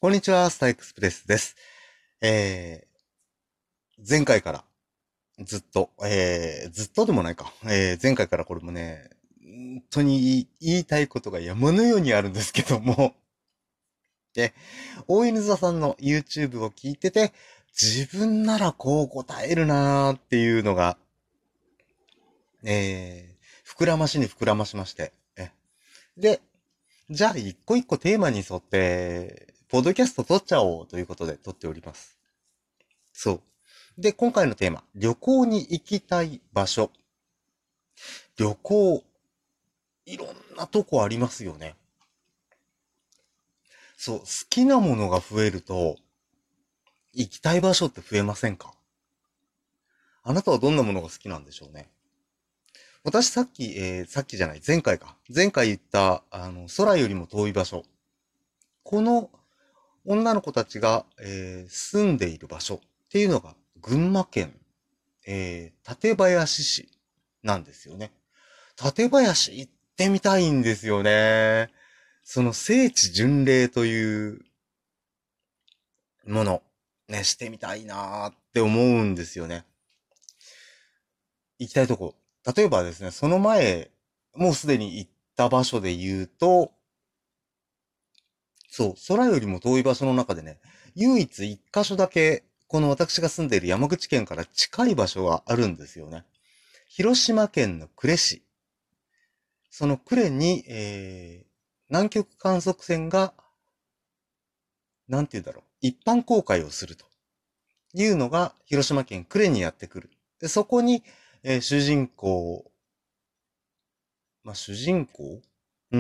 こんにちは、スターエクスプレスです。え前回からずっとでもないか。前回からこれもね、本当に言いたいことが山のようにあるんですけども、で、大犬座さんの YouTube を聞いてて、自分ならこう答えるなーっていうのが、膨らましに膨らましまして、で、じゃあ一個一個テーマに沿って、ポッドキャスト撮っちゃおうということで撮っております。そう。で、今回のテーマ、旅行に行きたい場所。旅行、いろんなとこありますよね。そう、好きなものが増えると、行きたい場所って増えませんか？あなたはどんなものが好きなんでしょうね。私さっきじゃない、前回か。前回言った、空よりも遠い場所。この女の子たちが、住んでいる場所っていうのが、群馬県、館林市なんですよね。館林行ってみたいんですよね。その聖地巡礼というもの、ね、してみたいなーって思うんですよね。行きたいとこ。例えばですね、その前、もうすでに行った場所で言うと、そう、空よりも遠い場所の中でね、唯一一箇所だけ、この私が住んでいる山口県から近い場所があるんですよね。広島県の呉市。その呉に、南極観測船がなんて言うんだろう、一般公開をするというのが広島県呉にやってくる。で、そこに、主人公、主人公うん。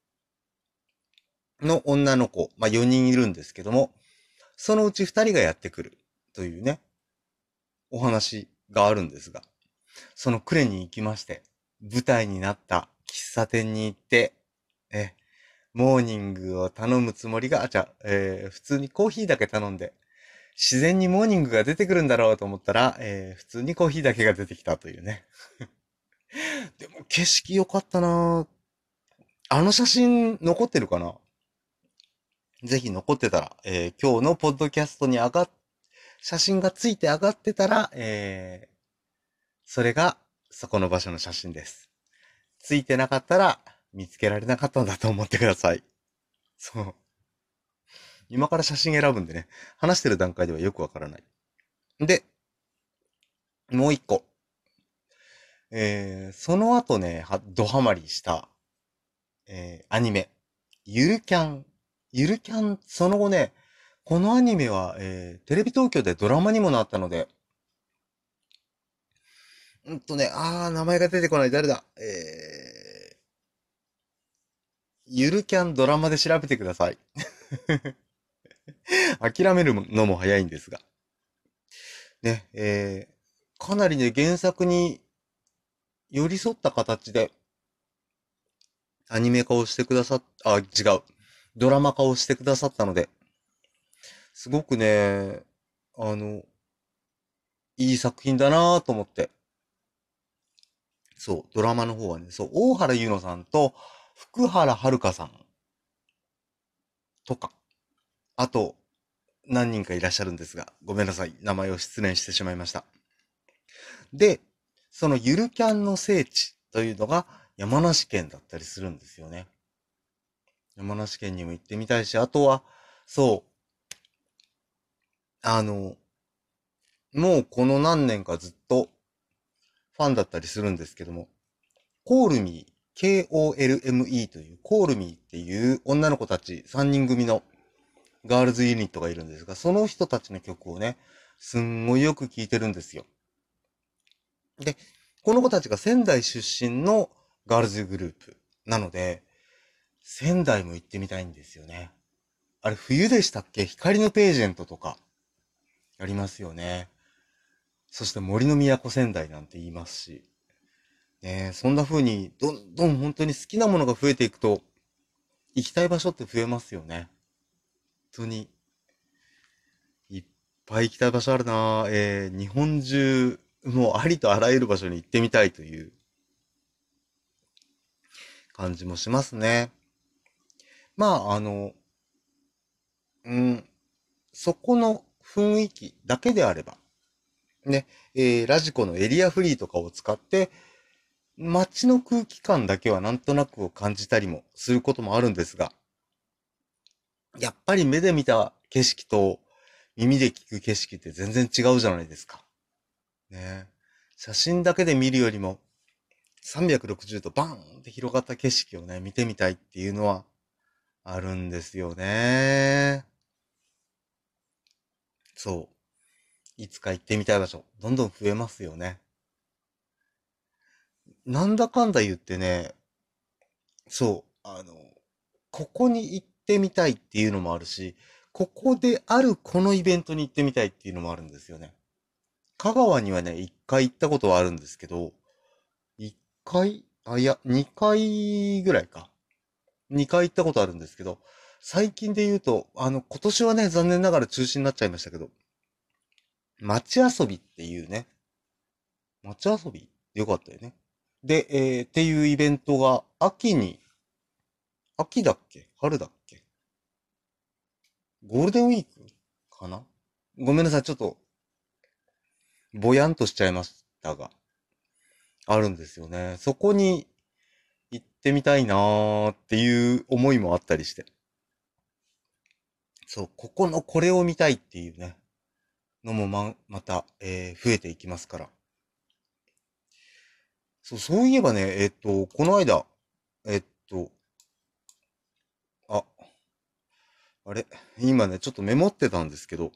の女の子、4人いるんですけども、そのうち2人がやってくるというね、お話があるんですが、その呉に行きまして、舞台になった喫茶店に行って、え、モーニングを頼むつもりが、普通にコーヒーだけ頼んで、自然にモーニングが出てくるんだろうと思ったら、普通にコーヒーだけが出てきたというね。でも景色良かったな。あの写真残ってるかな？ぜひ残ってたら、今日のポッドキャストに写真がついて上がってたら、それがそこの場所の写真です。ついてなかったら見つけられなかったんだと思ってください。そう。今から写真選ぶんでね、話してる段階ではよくわからない。で、もう一個。その後ね、ドハマりした、アニメ。ゆるキャン。ゆるキャン、その後ね、このアニメは、テレビ東京でドラマにもなったので、名前が出てこない。誰だ？ゆるキャンドラマで調べてください。諦めるのも早いんですが。ね、かなりね、原作に寄り添った形でアニメ化をしてくださっ、あ、違う。ドラマ化をしてくださったので、すごくね、あの、いい作品だなぁと思って。そう、ドラマの方はね、そう、大原優乃さんと福原遥さんとか、あと、何人かいらっしゃるんですが、ごめんなさい。名前を失念してしまいました。で、そのゆるキャンの聖地というのが山梨県だったりするんですよね。山梨県にも行ってみたいし、あとは、そう、あの、もうこの何年かずっとファンだったりするんですけども、コールミー、KOLME というコールミーっていう女の子たち3人組のガールズユニットがいるんですが、その人たちの曲をね、すんごいよく聴いてるんですよ。で、この子たちが仙台出身のガールズグループなので、仙台も行ってみたいんですよね。あれ冬でしたっけ？光のページェントとかありますよね。そして森の都仙台なんて言いますし。ね、そんな風にどんどん本当に好きなものが増えていくと、行きたい場所って増えますよね。本当にいっぱい行きたい場所あるな。日本中、もうありとあらゆる場所に行ってみたいという感じもしますね。まあ、 うん、そこの雰囲気だけであれば、ね、ラジコのエリアフリーとかを使って、街の空気感だけはなんとなく感じたりもすることもあるんですが、やっぱり目で見た景色と耳で聞く景色って全然違うじゃないですか。ね。写真だけで見るよりも360度バーンって広がった景色をね、見てみたいっていうのはあるんですよね。そう。いつか行ってみたい場所、どんどん増えますよね。なんだかんだ言ってね、そう、ここに行ってみたいっていうのもあるし、ここであるこのイベントに行ってみたいっていうのもあるんですよね。香川にはね、一回行ったことはあるんですけど、一回、いや、二回ぐらいか。二回行ったことあるんですけど、最近で言うと、今年はね、残念ながら中止になっちゃいましたけど、街遊びっていうね、街遊びよかったよね。で、っていうイベントが秋だっけ春だっけゴールデンウィークかな。ごめんなさい、ちょっと、ぼやんとしちゃいましたが、あるんですよね。そこに行ってみたいなーっていう思いもあったりして。そう、ここのこれを見たいっていうね、のもまた、増えていきますから。そういえばね、この間、えっと、あ、あれ、今ね、ちょっとメモってたんですけど、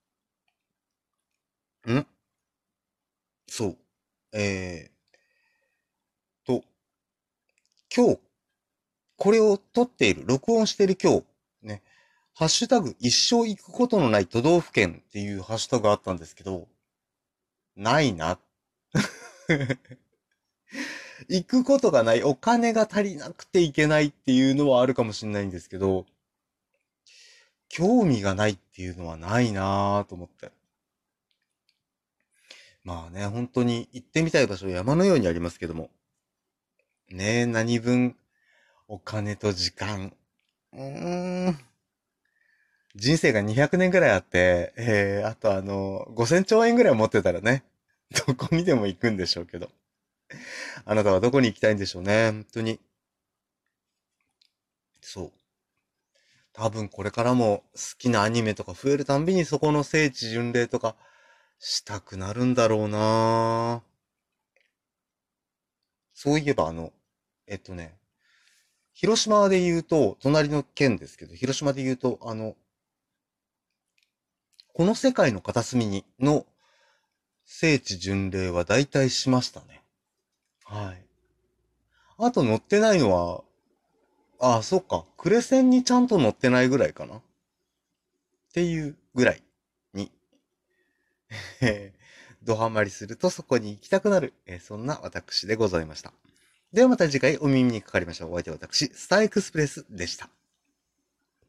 んそう、えと、今日、これを撮っている、録音している今日、ね、ハッシュタグ、一生行くことのない都道府県っていうハッシュタグがあったんですけど、ないな。行くことがない、お金が足りなくていけないっていうのはあるかもしれないんですけど、興味がないっていうのはないなぁと思って。まあね、本当に行ってみたい場所山のようにありますけども、ねえ、何分お金と時間。人生が200年ぐらいあって、あと5000兆円ぐらい持ってたらね、どこにでも行くんでしょうけど。あなたはどこに行きたいんでしょうね、本当に。そう。多分これからも好きなアニメとか増えるたんびにそこの聖地巡礼とかしたくなるんだろうな。そういえばえっとね、広島で言うと、隣の県ですけど、広島で言うと、この世界の片隅にの聖地巡礼は大体しましたね。はい。あと乗ってないのは、そっか。クレセンにちゃんと乗ってないぐらいかな。っていうぐらいに、ドハマりするとそこに行きたくなる、そんな私でございました。ではまた次回お耳にかかりましょう。お相手は私、スターエクスプレスでした。